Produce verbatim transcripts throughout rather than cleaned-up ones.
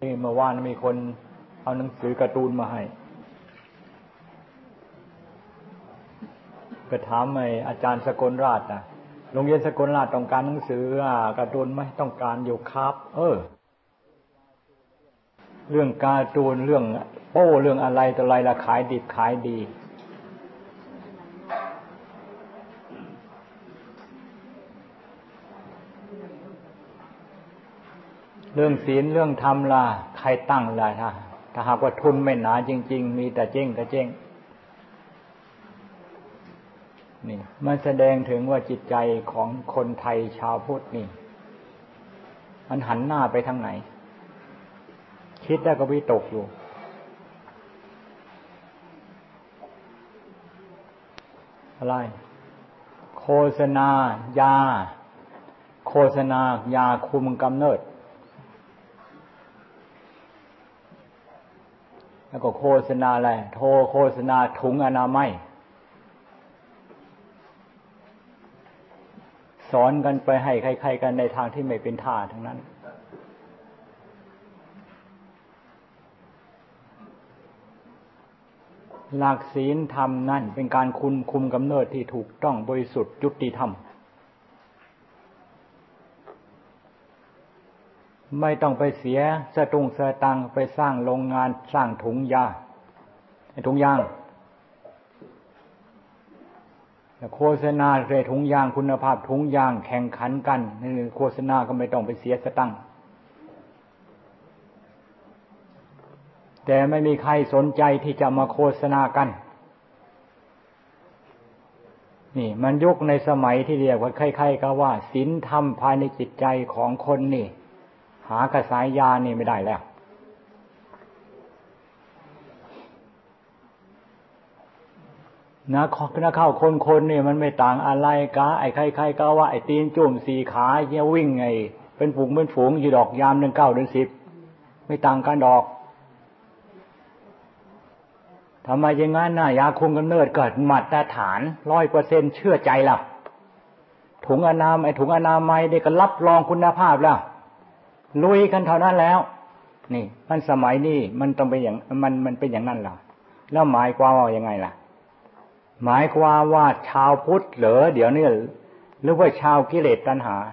เมื่อวานมีคนเอาหนังสือการ์ตูนมาให้ก็ถามไอ้อาจารย์สกลราชนะโรงเรียนสกลราชต้องการหนังสือการ์ตูนไหมต้องการอยู่ครับเออเรื่องการ์ตูนเรื่องโป้เรื่องอะไรต่ออะไรละขายดิบขายดีเรื่องศีลเรื่องธรรมล่ะใครตั้งล่ะถ้าถ้าหากว่าทุนไม่หนาจริงๆมีแต่เจ๊งก็เจ๊งนี่มันแสดงถึงว่าจิตใจของคนไทยชาวพุทธนี่มันหันหน้าไปทางไหนคิดได้ก็วิตกอยู่อะไรโฆษณายาโฆษณายาคุมกำเนิดแล้วก็โฆษณาอะไรโทรโฆษณาถุงอนามัยสอนกันไปให้ใครๆกันในทางที่ไม่เป็นท่าทั้งนั้นหลักศีลธรรมนั่นเป็นการคุมคุมกำเนิดที่ถูกต้องบริสุทธิ์ยุติธรรมไม่ต้องไปเสียสตุ้งสตังไปสร้างโรงงานสร้างถุงยาถุงยางโฆษณาเรื่องถุงยางคุณภาพถุงยางแข่งขันกันนี่โฆษณาก็ไม่ต้องไปเสียสตังค์แต่ไม่มีใครสนใจที่จะมาโฆษณากันนี่มันยุคในสมัยที่เรียกว่าใครๆก็ว่าศีลธรรมภายในจิตใจของคนนี่หากระสายยานี่ไม่ได้แล้วนะนะเข้าคนๆนี่มันไม่ต่างอะไรกะไอ้ใครๆก็ว่าไอ้ตีนจุ่มสี่ขาเยี่ยวิ่งไงเป็นฝูงเป็นฝูงอยู่ดอกยามเดือนเก้าเดือนสิบไม่ต่างกันดอกทำไมอย่างงั้นน่ะยาคุมกำเนิดเกิดมาตรฐาน ร้อยเปอร์เซ็นต์ เชื่อใจล่ะถุงอนามัยถุงอนามัยได้ก็รับรองคุณภาพแล้วลุยกันเท่านั้นแล้วนี่มันสมัยนี้มันต้องเป็นอย่างมันมันเป็นอย่างนั้นล่ะแล้วหมายความว่ายังไงล่ะหมายความว่าชาวพุทธเหรอเดี๋ยวนี้หรือว่าชาวกิเลสตัณหา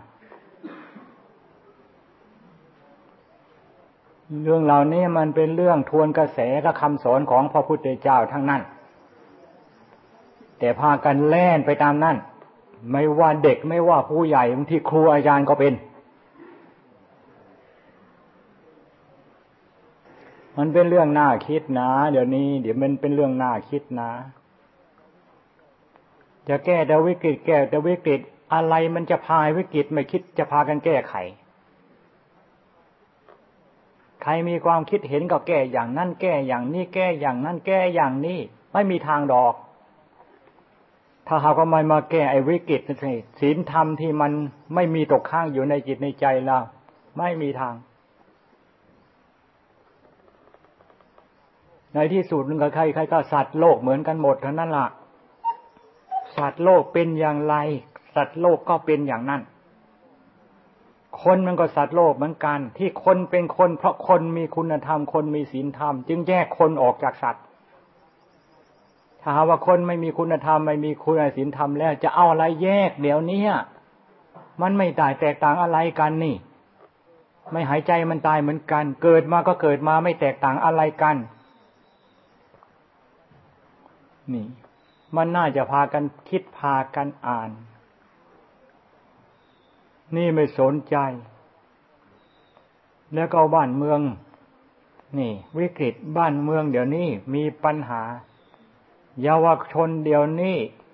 เรื่องเหล่านี้มันเป็นเรื่องทวนกระแสและคำสอนของพระพุทธเจ้าทั้งนั้นแต่พากันแล่นไปตามนั้นไม่ว่าเด็กไม่ว่าผู้ใหญ่บางทีครูอาจารย์ก็เป็นมันเป็นเรื่องน่าคิดนะเดี๋ยวนี้เดี๋ยวมันเป็นเรื่องน่าคิดนะจะแก้แต่วิกฤตแก้แต่วิกฤตอะไรมันจะพาวิกฤตไม่คิดจะพากันแก้ไขใครมีความคิดเห็นก็แก้อย่างนั้นแก้อย่างนี้แก้อย่างนั้นแก้อย่างนี้ไม่มีทางดอกถ้าหากว่าไม่มาแก้ไอ้วิกฤตศีลธรรมที่มันไม่มีตกค้างอยู่ในจิตในใจเราไม่มีทางในที่สุดนึงกับใครใครก็สัตว์โลกเหมือนกันหมดเท่านั้นล่ะสัตว์โลกเป็นอย่างไรสัตว์โลกก็เป็นอย่างนั้นคนมันก็สัตว์โลกเหมือนกันที่คนเป็นคนเพราะคนมีคุณธรรมคนมีศีลธรรมจึงแยกคนออกจากสัตว์ถ้าหากว่าคนไม่มีคุณธรรมไม่มีคุณศีลธรรมแล้วจะเอาอะไรแยกเดี๋ยวนี้มันไม่ได้แตกต่างอะไรกันนี่ไม่หายใจมันตายเหมือนกันเกิดมาก็เกิดมาไม่แตกต่างอะไรกันนี่มันน่าจะพากันคิดพากันอ่านนี่ไม่สนใจแล้วก็บ้านเมืองนี่วิกฤตบ้านเมืองเดี๋ยวนี้มีปัญหาเยาวชนเดี๋ยวนี้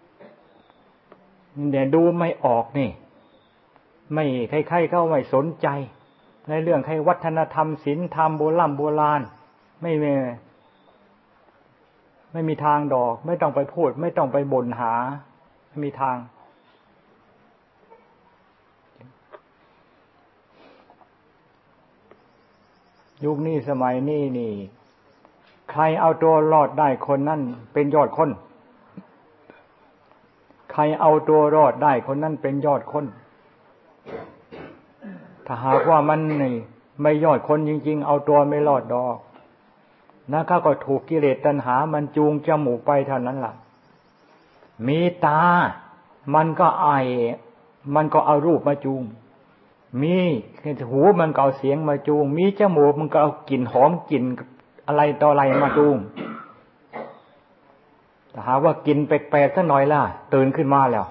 เดี๋ยวดูไม่ออกนี่ไม่ใครๆก็ไม่สนใจในเรื่องให้วัฒนธรรมศีลธรรมโบราณโบราณไม่มีไม่มีทางดอกไม่ต้องไปพูดไม่ต้องไปบ่นหาไม่มีทางยุคนี้สมัยนี้นี่ใครเอาตัวรอดได้คนนั้นเป็นยอดคนใครเอาตัวรอดได้คนนั้นเป็นยอดคนถ้าหากว่ามันนี่ไม่ยอดคนจริงๆเอาตัวไม่รอดดอกนะเขาก็ถูกกิเลสตัณหามันจูงจมูกไปเท่านั้นล่ะมีตามันก็ไอมันก็เอารูปมาจูงมีหูมันก็เอาเสียงมาจูงมีจมูกมันก็เอากลิ่นหอมกลิ่นอะไรต่ออะไรมาจูงถ้าหาว่ากินแปลกๆสักหน่อยล่ะตื่นขึ้นมาแล้ว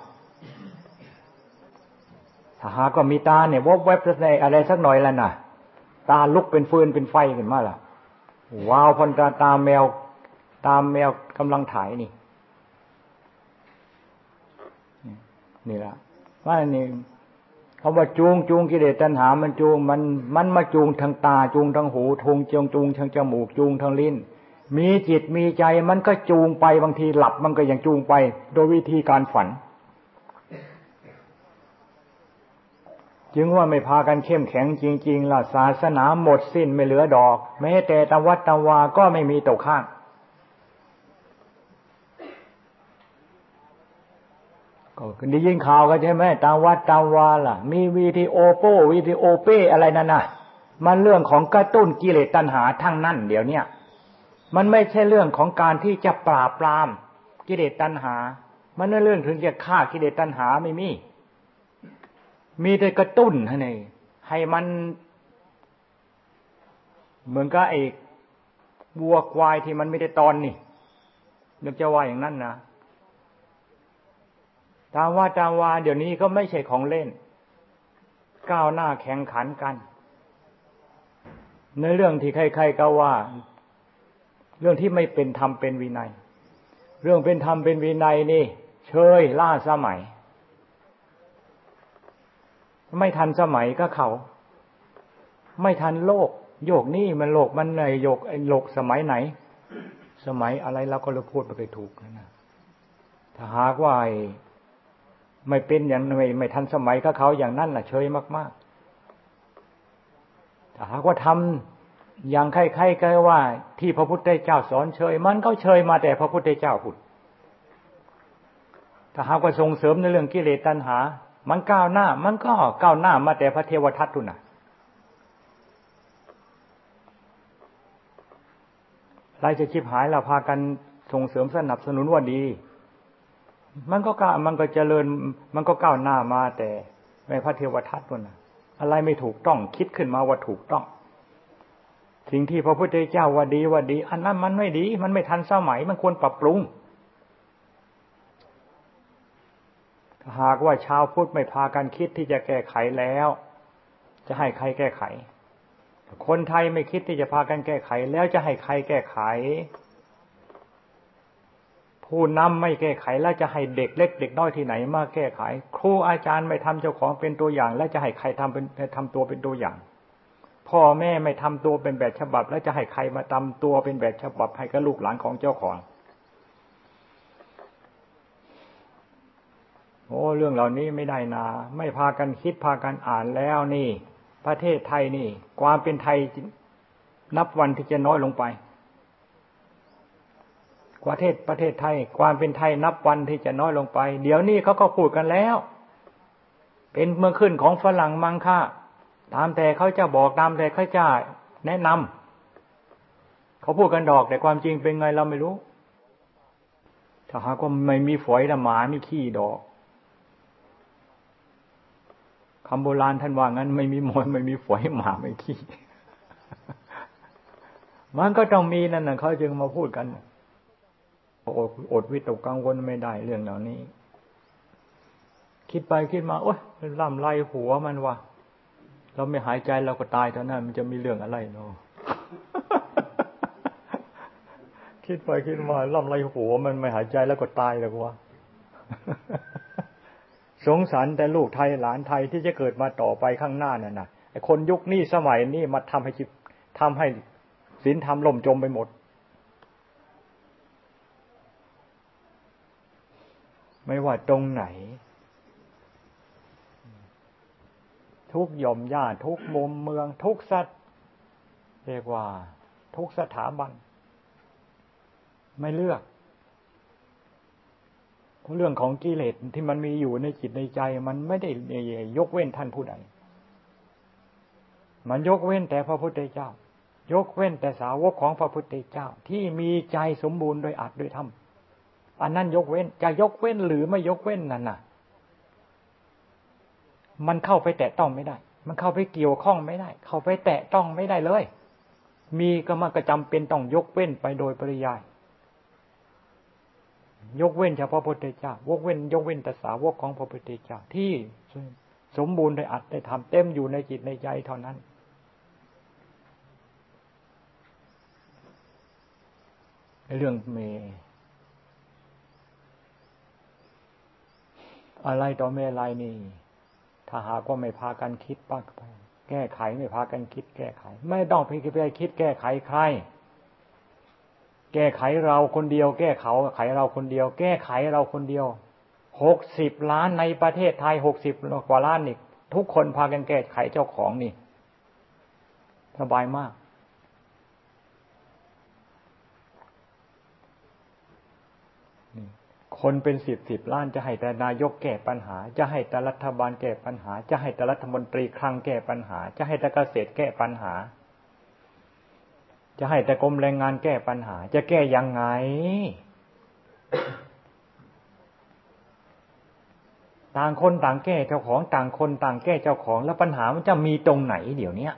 ถ้าหาก็มีตาเนี่ยวบแวบอะไรสักหน่อยแล้วน่ะตาลุกเป็นฟืนเป็นไฟขึ้นมาล่ะว้าวพันตาตาแมวตาแมวกำลังถ่ายนี่นี่ล่ะว่านี่คำว่าจูงจูงกิเลสตัณหามันจูงมันมันมาจูงทางตาจูงทางหูทงจูงจูงทางจมูกจูงทางลิ้นมีจิตมีใจมันก็จูงไปบางทีหลับมันก็ยังจูงไปโดยวิธีการฝันจึงว่าไม่พากันเข้มแข็งจริงๆล่ะศาสนาหมดสิ้นไม่เหลือดอกแม้แต่ตะวัดตะวาก็ไม่มีตกข้างก็ได้ยินข่าวกันใช่ไหมตามวัดตามวาล่ะมีวิดีโอโป้วิดีโอเป้อะไรนั่นน่ะมันเรื่องของกระตุ้นกิเลสตัณหาทั้งนั้นเดี๋ยวเนี้ยมันไม่ใช่เรื่องของการที่จะปราบปรามกิเลสตัณหามันเรื่องถึงจะฆ่ากิเลสตัณหาไม่มีมีแต่กระตุ้นให้ให้มันเหมือนกับไอ้วัวควายที่มันไม่ได้ตอนนี่นึกจะว่าอย่างนั้นนะตามว่าตามว่าเดี๋ยวนี้ก็ไม่ใช่ของเล่นก้าวหน้าแข่งขันกันในเรื่องที่ใครๆก็ว่าเรื่องที่ไม่เป็นธรรมเป็นวินัยเรื่องเป็นธรรมเป็นวินัยนี่เชยล่าสมัยไม่ทันสมัยก็เขาไม่ทันโลกโยกนี่มันโลกมันไหนโยกไอ้โลกสมัยไหนสมัยอะไรเราก็เลยพูดไปถูกนะถ้าหากว่าไม่เป็นอย่างไม่ไม่ทันสมัยก็เขาอย่างนั้นน่ะเชยมากๆถ้าหากว่าทำอย่างใครๆก็ว่าที่พระพุทธเจ้าสอนเชยมันก็เชยมาแต่พระพุทธเจ้าพูดถ้าหากว่าส่งเสริมในเรื่องกิเลสตัณหามันก้าวหน้ามันก็ก้าวหน้ามาแต่พระเทวทัตตุน่ะไรจะชิบหายเราพากันส่งเสริมสนับสนุนว่าดีมันก็ก้าวมันก็เจริญมันก็ก้าวหน้ามาแต่ในพระเทวทัตตุน่ะอะไรไม่ถูกต้องคิดขึ้นมาว่าถูกต้องสิ่งที่พระพุทธเจ้าว่าดีว่าดีอันนั้นมันไม่ดีมันไม่ทันสมัยมันควรปรับปรุงหากว่าชาวพุทธไม่พากันคิดที่จะแก้ไขแล้วจะให้ใครแก้ไขคนไทยไม่คิดที่จะพากันแก้ไขแล้วจะให้ใครแก้ไขผู้นำไม่แก้ไขแล้วจะให้เด็กเล็กเด็กน้อยที่ไหนมาแก้ไขครูอาจารย์ไม่ทำเจ้าของเป็นตัวอย่างแล้วจะให้ใครทำเป็นทำตัวเป็นตัวอย่างพ่อแม่ไม่ทำตัวเป็นแบบฉบับแล้วจะให้ใครมาทำตัวเป็นแบบฉบับให้กับลูกหลานของเจ้าของโอ้เรื่องเหล่านี้ไม่ได้นะไม่พากันคิดพากันอ่านแล้วนี่ประเทศไทยนี่ความเป็นไทยนับวันที่จะน้อยลงไปประเทศประเทศไทยความเป็นไทยนับวันที่จะน้อยลงไปเดี๋ยวนี้เขาก็พูดกันแล้วเป็นเมื่อขึ้นของฝรั่งมังค่าตามแต่เขาจะบอกตามแต่เขาจะแนะนำเขาพูดกันดอกแต่ความจริงเป็นไงเราไม่รู้ถ้าหากว่าไม่มีฝอยละหมาไม่ขี้ดอกคำโบราณท่านว่างั้นไม่มีมอยไม่มีฝอยหมาไม่ขี้มันก็ต้องมีนั่นน่ะเขาจึงมาพูดกันอดอดวิตกกังวลไม่ได้เรื่องเหล่านี้คิดไปคิดมาโอ๊ยล่ำไรหัวมันวะเราไม่หายใจเราก็ตายเท่านั้นมันจะมีเรื่องอะไรเนาะคิดไปคิดมาล่ำไรหัวมันไม่หายใจแล้วก็ตายแล้ววะสงสารแต่ลูกไทยหลานไทยที่จะเกิดมาต่อไปข้างหน้านั่นน่ะไอ้คนยุคนี้สมัยนี้มาทำให้จิตทำให้ศีลธรรมล่มจมไปหมดไม่ว่าตรงไหนทุกหย่อมหญ้าทุกมุมเมืองทุกสัตว์เรียกว่าทุกสถาบันไม่เลือกเรื่องของกิเลสที่มันมีอยู่ในจิตในใจมันไม่ได้ยกเว้นท่านผู้ใดมันยกเว้นแต่พระพุทธเจ้ายกเว้นแต่สาวกของพระพุทธเจ้าที่มีใจสมบูรณ์โดยอัตโดยธรรมอันนั้นยกเว้นจะยกเว้นหรือไม่ยกเว้นนั่นน่ะมันเข้าไปแตะต้องไม่ได้มันเข้าไปเกี่ยวข้องไม่ได้เข้าไปแตะต้องไม่ได้เลยมีก็มันก็จำเป็นต้องยกเว้นไปโดยปริยายยกเว้นเฉพาะพระพุทธเจ้ายกเว้นยกเว้นแต่สาวกของพระพุทธเจ้าที่สมบูรณ์ได้อัดได้ทำเต็มอยู่ในจิตในใจเท่านั้นเรื่องเมอะไรต่อเมอะไรนี่ถ้าหากว่าไม่พากันคิดปักไปแก้ไขไม่พากันคิดแก้ไขไม่ต้องไปคิดแก้ไขใครแก้ไขเราคนเดียวแก้เขาไขเราคนเดียวแก้ไขเราคนเดียวหกสิบล้านในประเทศไทยหกสิบกว่าล้านนี่ทุกคนพากันแก้ไขเจ้าของนี่สบายมากคนเป็นสิบสิบล้านจะให้แต่นายกแก้ปัญหาจะให้แต่รัฐบาลแก้ปัญหาจะให้แต่รัฐมนตรีคลังแก้ปัญหาจะให้แต่เกษตรแก้ปัญหาจะให้แต่กรมแรงงานแก้ปัญหาจะแก้ยังไงต่างคนต่างแก้เจ้าของต่างคนต่างแก้เจ้าของแล้วปัญหามันจะมีตรงไหนเดี๋ยวนี้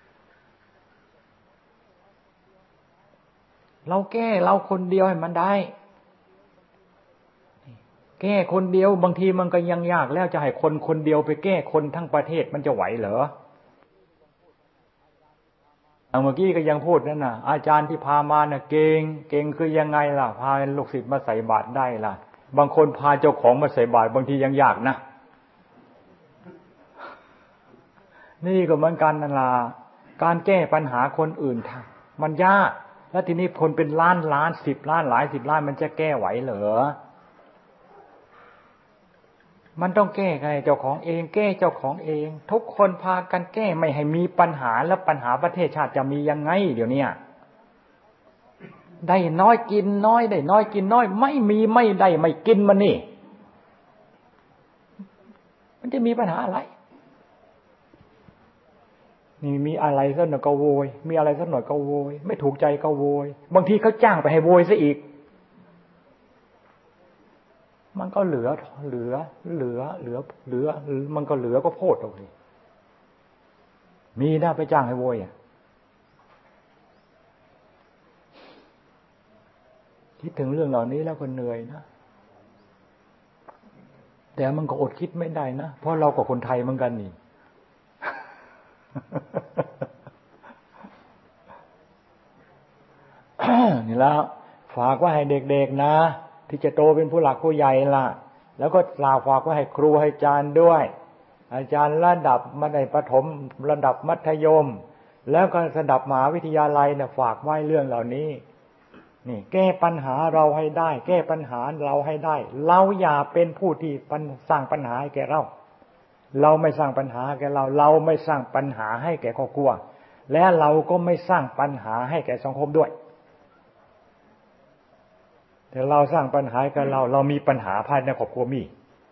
เราแก้เราคนเดียวให้มันได้แก้คนเดียวบางทีมันก็ยังยากแล้วจะให้คนคนเดียวไปแก้คนทั้งประเทศมันจะไหวเหรอเมื่อกี้ก็ยังพูดนั่นน่ะอาจารย์ที่พามาน่ะเก่งเก่งคือยังไงล่ะพาลูกศิษย์มาใส่บาตรได้ล่ะบางคนพาเจ้าของมาใส่บาตรบางทียังยากนะนี่ก็เหมือนกันนั่นล่ะการแก้ปัญหาคนอื่นมันยากแล้วทีนี้คนเป็นล้านล้านสิบล้านหลายสิบล้านมันจะแก้ไหวเหรอมันต้องแก้ไงเจ้าของเองแก้เจ้าของเองทุกคนพากันแก้ไม่ให้มีปัญหาแล้วปัญหาประเทศชาติจะมียังไงเดี๋ยวนี้ได้น้อยกินน้อยได้น้อยกินน้อยไม่มีไม่ได้ไม่กินมันนี่มันจะมีปัญหาอะไรนี่มีอะไรสักหน่อยก็โวยมีอะไรสักหน่อยก็โวยไม่ถูกใจก็โวยบางทีเขาจ้างไปให้โวยซะอีกมันก็เหลือเหลือเหลือเหลือเหลือมันก็เหลือก็โพดออกสิมีหน้าไปจ้างให้โวยอ่ะคิดถึงเรื่องเหล่านี้แล้วก็เหนื่อยนะแต่มันก็อดคิดไม่ได้นะเพราะเราก็คนไทยเหมือนกันนี่ นี่แล้วฝากว่าให้เด็กๆนะที่จะโตเป็นผู้หลักผู้ใหญ่ล่ะแล้วก็ฝากฝากไว้ให้ครูให้อาจารย์ด้วยอาจารย์ระดับมัธยมประถมระดับมัธยมแล้วก็ระดับมหาวิทยาลัยเนี่ยฝากไว้เรื่องเหล่านี้นี่แก้ปัญหาเราให้ได้แก้ปัญหาเราให้ได้เราอย่าเป็นผู้ที่สร้างปัญหาให้แก่เราเราไม่สร้างปัญหาแก่เราเราไม่สร้างปัญหาให้แก่ครอบครัวและเราก็ไม่สร้างปัญหาให้แก่สังคมด้วยแต่เราสร้างปัญหากับเราเรามีปัญหาภายในครอบครัวมี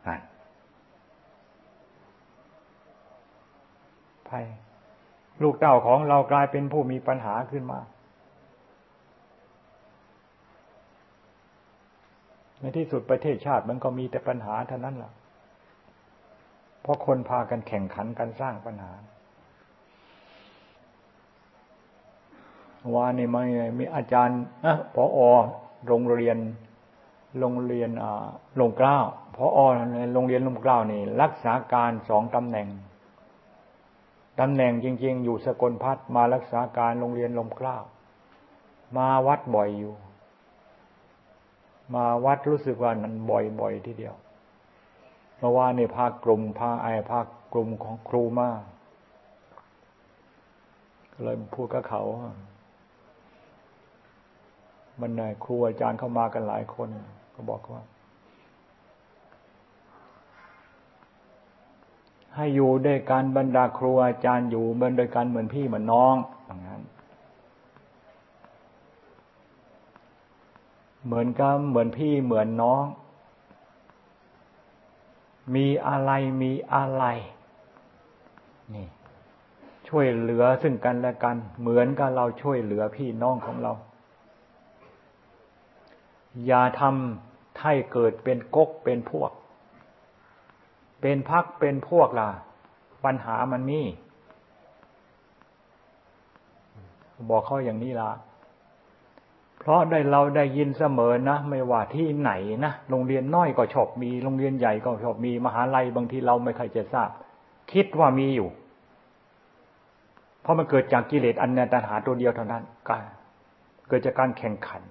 ภายลูกเต้าของเรากลายเป็นผู้มีปัญหาขึ้นมาในที่สุดประเทศชาติมันก็มีแต่ปัญหาเท่านั้นแหละเพราะคนพากันแข่งขันกันสร้างปัญหาว่านี่มันมีอาจารย์นะผอ.โรงเรียนโรงเรียนอ่าลมเกล้าผอ.โรงเรียนลมเกล้านี่รักษาการสองตำแหน่งตำแหน่งจริงๆอยู่สกลพัฒน์มารักษาการโรงเรียนลมเกล้ามาวัดบ่อยอยู่มาวัดรู้สึกว่านั้นบ่อยๆทีเดียวเมื่อวานนี่พากลุ่มพาไอพากลุ่มของครูมาก็เลยพูดกับเขาบรรดาครูอาจารย์เข้ามากันหลายคนก็บอกว่าให้อยู่ด้วยกันบรรดาครูอาจารย์อยู่เหมือนด้วยกันเหมือนพี่เหมือนน้องอย่างนั้นเหมือนกันเหมือนพี่เหมือนน้องมีอะไรมีอะไรนี่ชช่วยเหลือซึ่งกันและกันเหมือนกับเราช่วยเหลือพี่น้องของเราอย่าทำให้เกิดเป็นก๊กเป็นพวกเป็นพรรคเป็นพวกล่ะปัญหามันมีบอกเขาอย่างนี้ล่ะเพราะได้เราได้ยินเสมอนะไม่ว่าที่ไหนนะโรงเรียนน้อยก็ชอบมีโรงเรียนใหญ่ก็ชอบมีมหาลัยบางทีเราไม่ค่อยจะทราบคิดว่ามีอยู่เพราะมันเกิดจากกิเลสอันเนตัณหาตัวเดียวเท่านั้นเกิดจากการแข่งขัน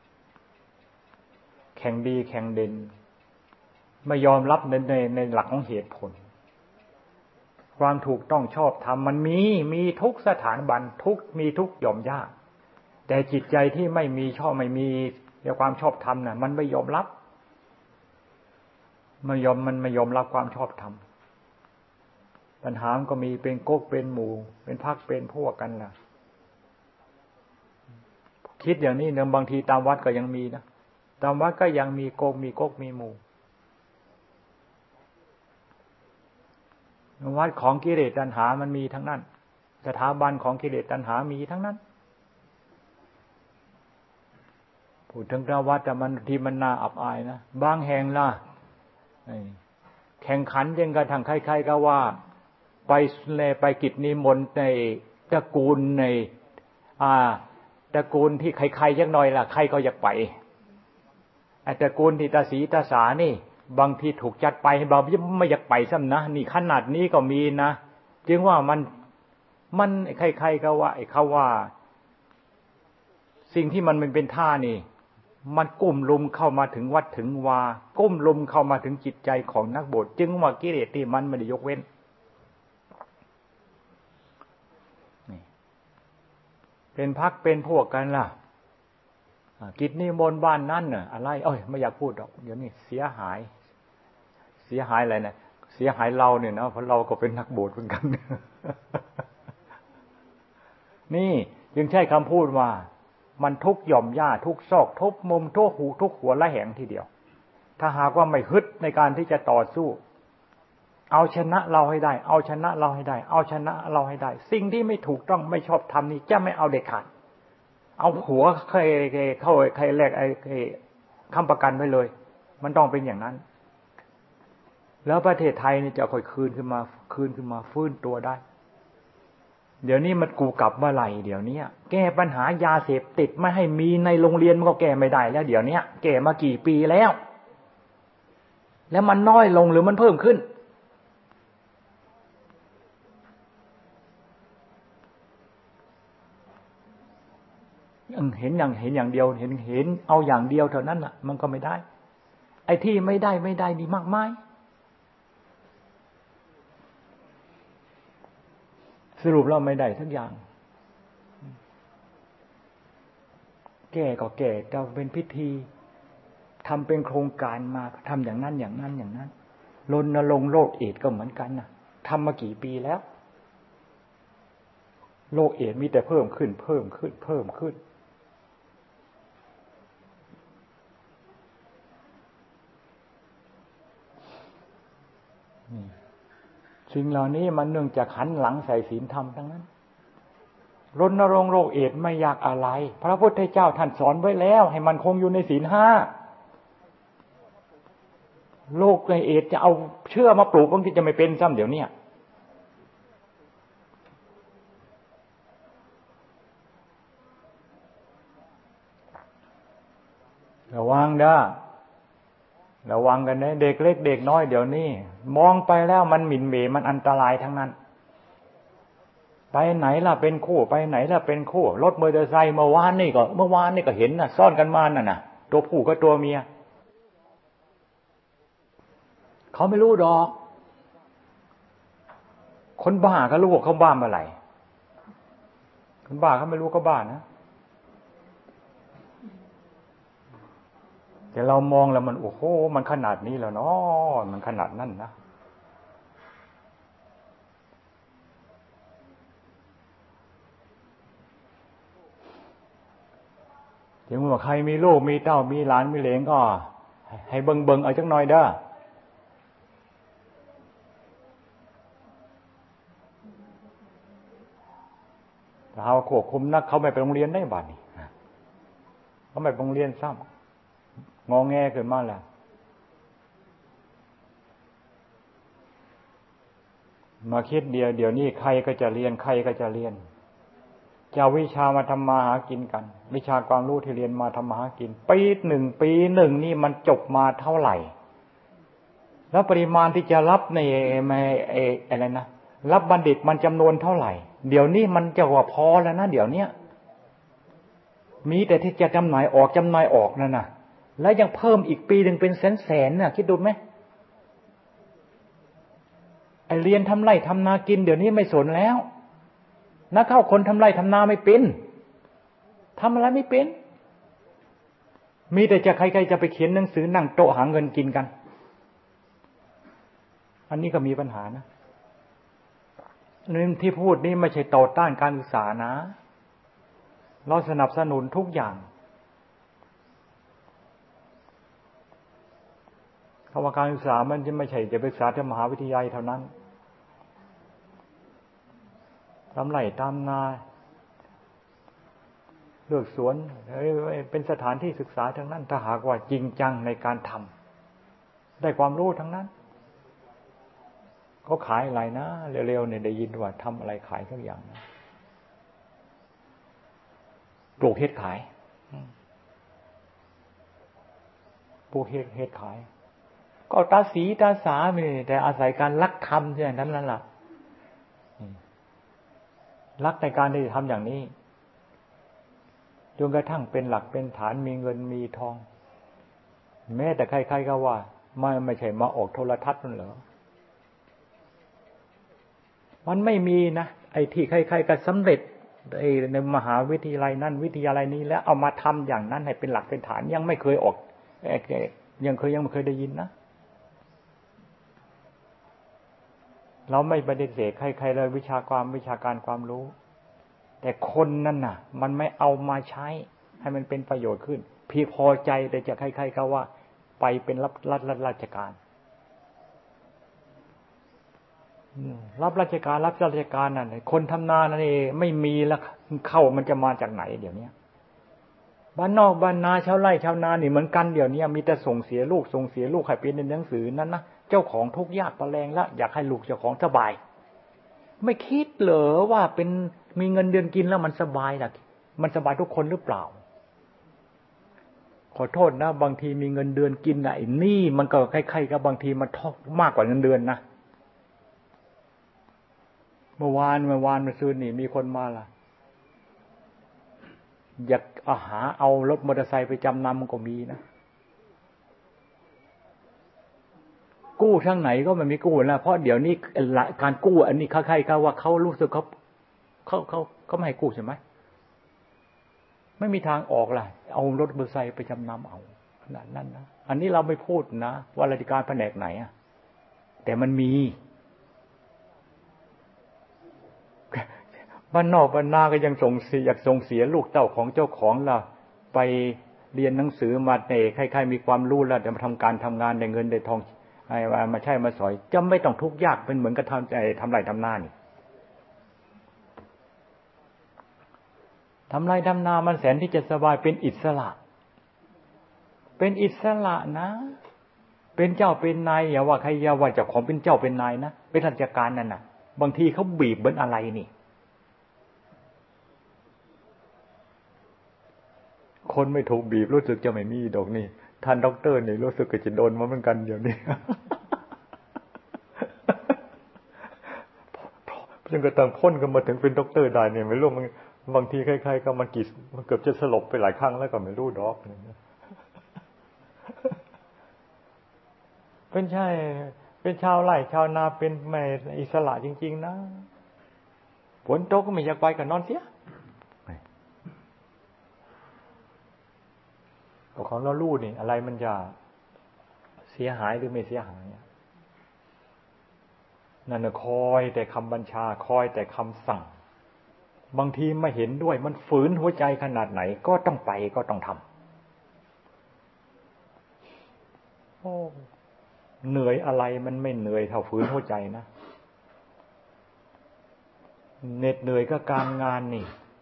แข่งดีแข่งเด่นไม่ยอมรับในในในหลักของเหตุผลความถูกต้องชอบธรรมมันมีมีทุกสถานบันทุกมีทุกหย่อมย่าแต่จิตใจที่ไม่มีชอบไม่มีความชอบธรรมน่ะมันไม่ยอมรับไม่ยอมมันไม่ยอมรับความชอบธรรมปัญหามันก็มีเป็นก๊กเป็นหมู่เป็นพรรคเป็นพวกกันล่ะคิดอย่างนี้เนี่ยบางทีตามวัดก็ยังมีนะตามวัดก็ยังมีโกกมีก๊กมีหมู่วัดของกิเลสตัณหามันมีทั้งนั้นสถาบันของกิเลสตัณหามีทั้งนั้นพูดถึงวัดแต่มันที่มันน่าอับอายนะบางแห่งล่ะแข่งขันยังกระทั่งใครๆก็ว่าไปไปกิจนิมนต์ในตระกูลในอ่าตระกูลที่ใครๆยักหน่อยล่ะใครก็อยากไปไอ้ตระกูลที่ตาสีตาสานี่บางทีถูกจัดไปบางทีไม่อยากไปซ้ำนะนี่ขนาดนี้ก็มีนะจึงว่ามันมันใครๆก็ว่าไอ้เขาว่าสิ่งที่มันมันเป็นท่านี่มันกุ้มลุมเข้ามาถึงวัดถึงวากุ้มลุมเข้ามาถึงจิตใจของนักบวชจึงว่ากิเลสที่มันไม่ได้ยกเว้นเป็นพรรคเป็นพวกกันล่ะกิจนิมนต์บ้านนั่นน่ะอะไรเอ้ยไม่อยากพูดหรอกเดี๋ยวนี้เสียหายเสียหายอะไรนะเสียหายเราเนี่ยนะเพราะเราก็เป็นนักบวชเหมือนกันนี่จึงใช้คำพูดว่ามันทุกหย่อมย่าทุกซอกทุกมุมทุกหูทุกหัวละแหงทีเดียวถ้าหากว่าไม่ฮึดในการที่จะต่อสู้เอาชนะเราให้ได้เอาชนะเราให้ได้เอาชนะเราให้ได้สิ่งที่ไม่ถูกต้องไม่ชอบทำนี่จะไม่เอาเด็ดขาดเอาหัวใครเข้าใครแลกไอ้ค้ำประกันไว้เลยมันต้องเป็นอย่างนั้นแล้วประเทศไทยนี่จะค่อยคืนขึ้นมาคืนขึ้นมาฟื้นตัวได้เดี๋ยวนี้มันกูกลับเมื่อไหร่เดี๋ยวนี้แก้ปัญหายาเสพติดไม่ให้มีในโรงเรียนมันก็แก้ไม่ได้แล้วเดี๋ยวนี้แก้มากี่ปีแล้วแล้วมันน้อยลงหรือมันเพิ่มขึ้นเห็นอย่างเห็นอย่างเดียวเห็นเห็นเอาอย่างเดียวเท่านั้นน่ะมันก็ไม่ได้ไอ้ที่ไม่ได้ไม่ได้ดีมากมายสรุปเราไม่ได้ทุกอย่างแก้ก็แก้เราเป็นพิธีทำเป็นโครงการมาทำอย่างนั้นอย่างนั้นอย่างนั้นรณรงค์โรคเอดส์ก็เหมือนกันน่ะทำมากี่ปีแล้วโรคเอดส์มีแต่เพิ่มขึ้นเพิ่มขึ้นเพิ่มขึ้นสิ่งเหล่านี้มันเนื่องจากหันหลังใส่ศีลธรรมทั้งนั้นรณรงค์โรคเอดส์ไม่ยากอะไรพระพุทธเจ้าท่านสอนไว้แล้วให้มันคงอยู่ในศีลห้าโรคเอดส์จะเอาเชื่อมาปลูกบางทีจะไม่เป็นซ้ำเดี๋ยวนี้ระวังเด้อระวังกันนะเด็กเล็กเด็กน้อยเดี๋ยวนี้มองไปแล้วมันหมิ่นเหม่มันอันตรายทั้งนั้นไปไหนล่ะเป็นคู่ไปไหนล่ะเป็นคู่รถมอเตอร์ไซค์เมื่อวานนี่ก็เมื่อวานนี่ก็เห็นน่ะซ่อนกันมาน่ะน่ะตัวผู้กับตัวเมียเขาไม่รู้ดอกคนบ้าก็รู้ว่าเขาบ้าเมื่อไหร่คนบ้าเขาไม่รู้ก็บ้านะแต่เรามองแล้วมันโอ้โหมันขนาดนี้แล้วเนาะมันขนาดนั้นนะถึงว่าใครมีลูกมีเต้ามีหลานมีเหลนก็ให้เบิ่งๆเอาจักหน่อยเด้อเราควบคุมนักเขาไม่ไปโรงเรียนได้บ้านี่เขาไม่ไปโรงเรียนซ้ำงอแงขึ้นมาแล้วมาคิดเดียวเดี๋ยวนี้ใครก็จะเรียนใครก็จะเรียนจะเอาวิชามาทำมาหากินกันวิชาความรู้ที่เรียนมาทำมาหากินปีหนึ่งปีหนึ่งนี่มันจบมาเท่าไหร่แล้วปริมาณที่จะรับในไม่ไอ้อะไรนะรับบัณฑิตมันจำนวนเท่าไหร่เดี๋ยวนี้มันจะว่าพอแล้วนะเดี๋ยวนี้มีแต่ที่จะจำหน่ายออกจำหน่ายออกนั่นน่ะแล้วยังเพิ่มอีกปีหนึ่งเป็นแสนๆน่ะคิดดูไหมไอ้เรียนทำไร่ทำนากินเดี๋ยวนี้ไม่สนแล้วนักเข้าคนทำไร่ทำนาไม่เป็นทำอะไรไม่เป็นมีแต่จะใครๆจะไปเขียนหนังสือนั่งโต๊ะหาเงินกินกันอันนี้ก็มีปัญหานะเรื่องที่พูดนี่ไม่ใช่ต่อต้านการศึกษานะเราสนับสนุนทุกอย่างคำว่าการศึกษามันจะไม่ใช่จะไปศึกษาที่มหาวิทยาลัยเท่านั้นทำไร่ทำนาเลือกสวนเป็นสถานที่ศึกษาทั้งนั้นถ้าหากว่าจริงจังในการทำได้ความรู้ทั้งนั้นเขาขายอะไรนะเร็วๆเนี่ยได้ยินว่าทำอะไรขายทุกอย่างนะปลูกเห็ดขายปลูกเห็ดเห็ดขายก็ตาสีตาสาไม่แต่อาศัยการลักทำอย่างนั้นนั่นแหละลักในการที่จะทำอย่างนี้จนกระทั่งเป็นหลักเป็นฐานมีเงินมีทองแม้แต่ใครๆก็ว่าไม่ไม่ใช่มาออกโทรทัศน์นั่นเหรอมันไม่มีนะไอ้ที่ใครๆก็สำเร็จในมหาวิทยาลัยนั้นวิทยาลัยนี้แล้วเอามาทำอย่างนั้นให้เป็นหลักเป็นฐานยังไม่เคยออกยังเคยยังไม่เคยได้ยินนะเราไม่ปฏิเสธใครๆเลยวิชาความวิชาการความรู้แต่คนนั่นน่ะมันไม่เอามาใช้ให้มันเป็นประโยชน์ขึ้นเพียงพอใจแต่จะใครๆก็ว่าไปเป็นรับรัฐราชการรับราชการรับราชการนั่นคนทำนานั่นเองไม่มีแล้วเข้ามันจะมาจากไหนเดี๋ยวนี้บ้านนอกบ้านนาชาวไร่ชาวนานี่เหมือนกันเดี๋ยวนี้มีแต่ส่งเสียลูกส่งเสียลูกให้เป็นในหนังสือนั้นนะเจ้าของทุกข์ยากตะแลงแล้วอยากให้ลูกเจ้าของสบายไม่คิดเหรอว่าเป็นมีเงินเดือนกินแล้วมันสบายล่ะมันสบายทุกคนหรือเปล่าขอโทษนะบางทีมีเงินเดือนกินน่ะไอ้นี่มันก็ใครๆก็บางทีมันทอกมากกว่าเงินเดือนนะเมื่อวานเมื่อวานเมื่อคืนนี่มีคนมาล่ะอยากเอาหาเอารถมอเตอร์ไซค์ไปจำนำมันก็มีนะกู้ทางไหนก็ไม่มีกู้นะเพราะเดี๋ยวนี้การกู้อันนี้ใครๆก็ว่าเขารู้สึกเขาเขาเขาเขาไม่ให้กู้ใช่ไหมไม่มีทางออกล่ะเอารถมอเตอร์ไซค์ไปจำนำเอาขนาดนั้นนะอันนี้เราไม่พูดนะว่าราชการแผนกไหนอ่ะแต่มันมีบ้านนอกบ้านนาก็ยังส่งเสียอยากส่งเสียลูกเต้าของเจ้าของล่ะไปเรียนหนังสือมาเตะใครๆมีความรู้แล้วจะมาทำการทำงานได้เงินได้ทองไอ้มาใช่มาสอยจะไม่ต้องทุกข์ยากเป็นเหมือนกับทำใจทำไรทำนานี่ทำไรทำนามันแสนที่จะสบายเป็นอิสระเป็นอิสระนะเป็นเจ้าเป็นนายอย่าว่าใครอย่าว่าเจ้าของเป็นเจ้าเป็นนายนะเป็นราชการนั่นน่ะบางทีเขาบีบเหมือนอะไรนี่คนไม่ถูกบีบรู้สึกจะไม่มีดอกนี่ท่านด็อกเตอร์นี่รู้สึกจะโดนมาเหมือนกันเดี๋ยวนี้จนกระทั่งพ้นกันมาถึงเป็นด็อกเตอร์ได้เนี่ยไม่รู้มันบางทีใครๆก็มันกี่มันเกือบจะสลบไปหลายครั้งแล้วก็ไม่รู้ดอกเป็นใช่เป็นชาวไร่ชาวนาเป็นไม่อิสระจริงๆนะฝนตกก็ไม่อยากไปก็นอนเสียของเราลู่นี่อะไรมันจะเสียหายหรือไม่เสียหายนั่นน่ะคอยแต่คำบัญชาคอยแต่คำสั่งบางทีไม่เห็นด้วยมันฝืนหัวใจขนาดไหนก็ต้องไปก็ต้องทำโอ้เหนื่อยอะไรมันไม่เหนื่อยเท่าฝืนหัวใจนะเหน็ดเหนื่อยก็การงานนี่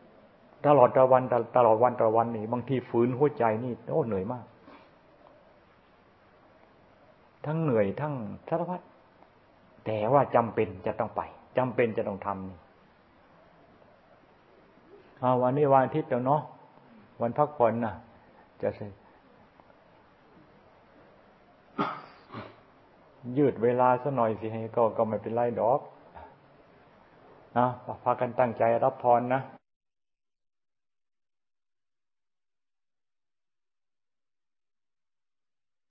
ตลอดตะวันตลอดวันตะวันนี่บางทีฝืนหัวใจนี่โอ้เหนื่อยมากทั้งเหนื่อยทั้งสารพัดแต่ว่าจำเป็นจะต้องไปจำเป็นจะต้องทำนี่เอาวันนี้วันอาทิตย์แล้วเนาะวันพักผ่อนนะจะยืดเวลาซะหน่อยสิให้ก็ก็ไม่เป็นไรดอกนะพากันตั้งใจรับพรนะ